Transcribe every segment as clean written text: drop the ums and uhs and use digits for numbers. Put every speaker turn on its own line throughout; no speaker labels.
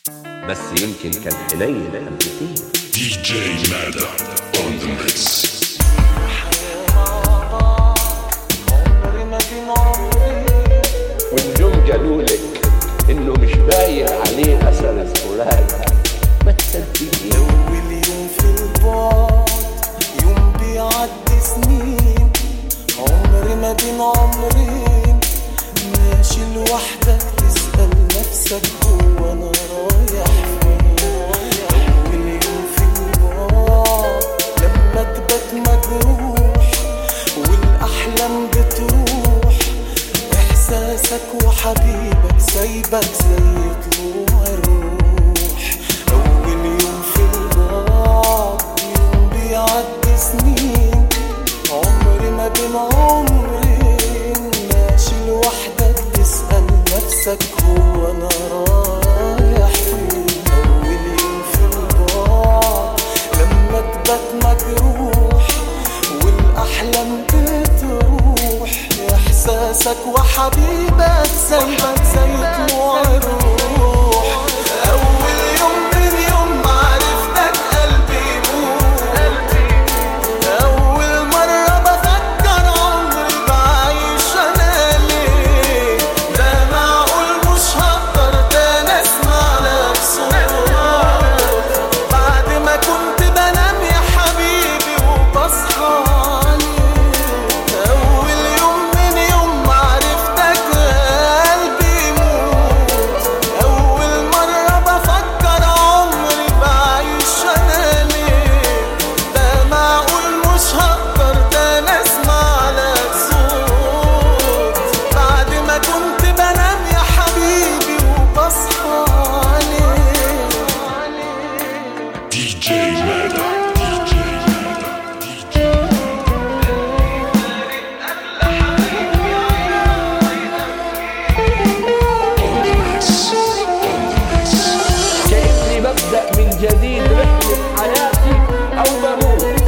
بس يمكن كان حنين كتير.
دي جي مادا on the mix.
والنجوم قالولك انه مش باين عليه اثر الفراق، ما تصدقيش.
اول يوم في البعد يوم بيعدي سنين، عمر ما بين عمرين ماشي لوحدك تسأل نفسك هو انا رايح فين. اول يوم في البعد لما تبات مجروح والاحلام بتروح، احساسك وحبيبك سايبك زي طلوع الروح. اول يوم في البعد يوم بيعدي سنين، عمر ما بين عمرين ماشي لوحدك تسأل نفسك هو انا رايح فين. اول يوم في البعد لما تبات مجروح والاحلام بتروح، احساسك وحبيبك سايبك زي طلوع الروح. اول يوم من يوم ما عرفتك قلبي يموت، اول مرة بفكر عمري بعيش انا ليه. ده معقول مش هقدر تاني اسمع لك صوت بعد ما كنت بنام يا حبيبي وبصحى عليك. اول يوم من يوم ما عرفتك قلبي يموت، اول مرة بفكر عمري بعيش انا ليه. ده معقول مش هقدر تاني اسمع لك صوت بعد ما كنت بنام يا حبيبي وبصحى عليك.
دي جي مادا
كأني ببدأ من جديد رحلة حياتي أو بموت.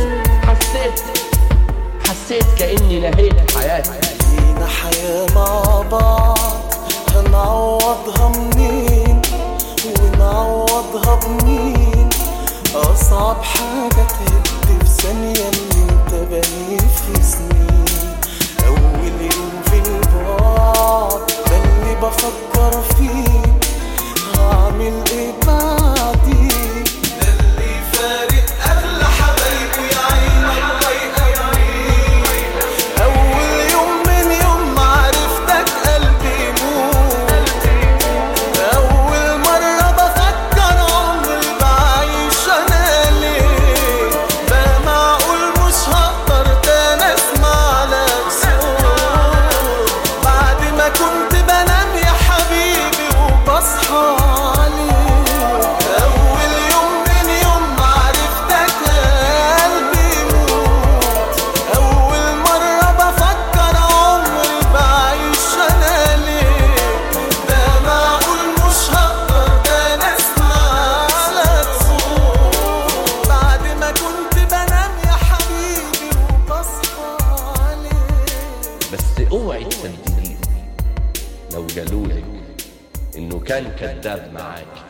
حسيت كأني نهيت حياتي.
لينا حياة مع بعض هنعوضها منين ونعوضها بمين. أصعب حاجة تهد في ثانية اللي انت بنيه في سنين. أول يوم في البعد ده اللي بفكر فيه هعمل ايه بعديه. ده اللي فارق أغلى حبايبي يا عين الله يقويه. أول يوم من يوم ما عرفتك قلبي يموت، أول مرة بفكر عمري بعيش أنا ليه. ده معقول مش هقدر تاني أسمع لك صوت بعد ما كنت بنام يا حبيبي وبصحى عليك. أول يوم من يوم ما عرفتك قلبي يموت، أول مرة بفكر عمري بعيش أنا ليه. ده معقول مش هقدر تاني أسمع لك صوت بعد ما كنت بنام يا حبيبي وبصحى عليك.
بس اوعي تصدقيني لو قالولك انه كان كذاب معاك.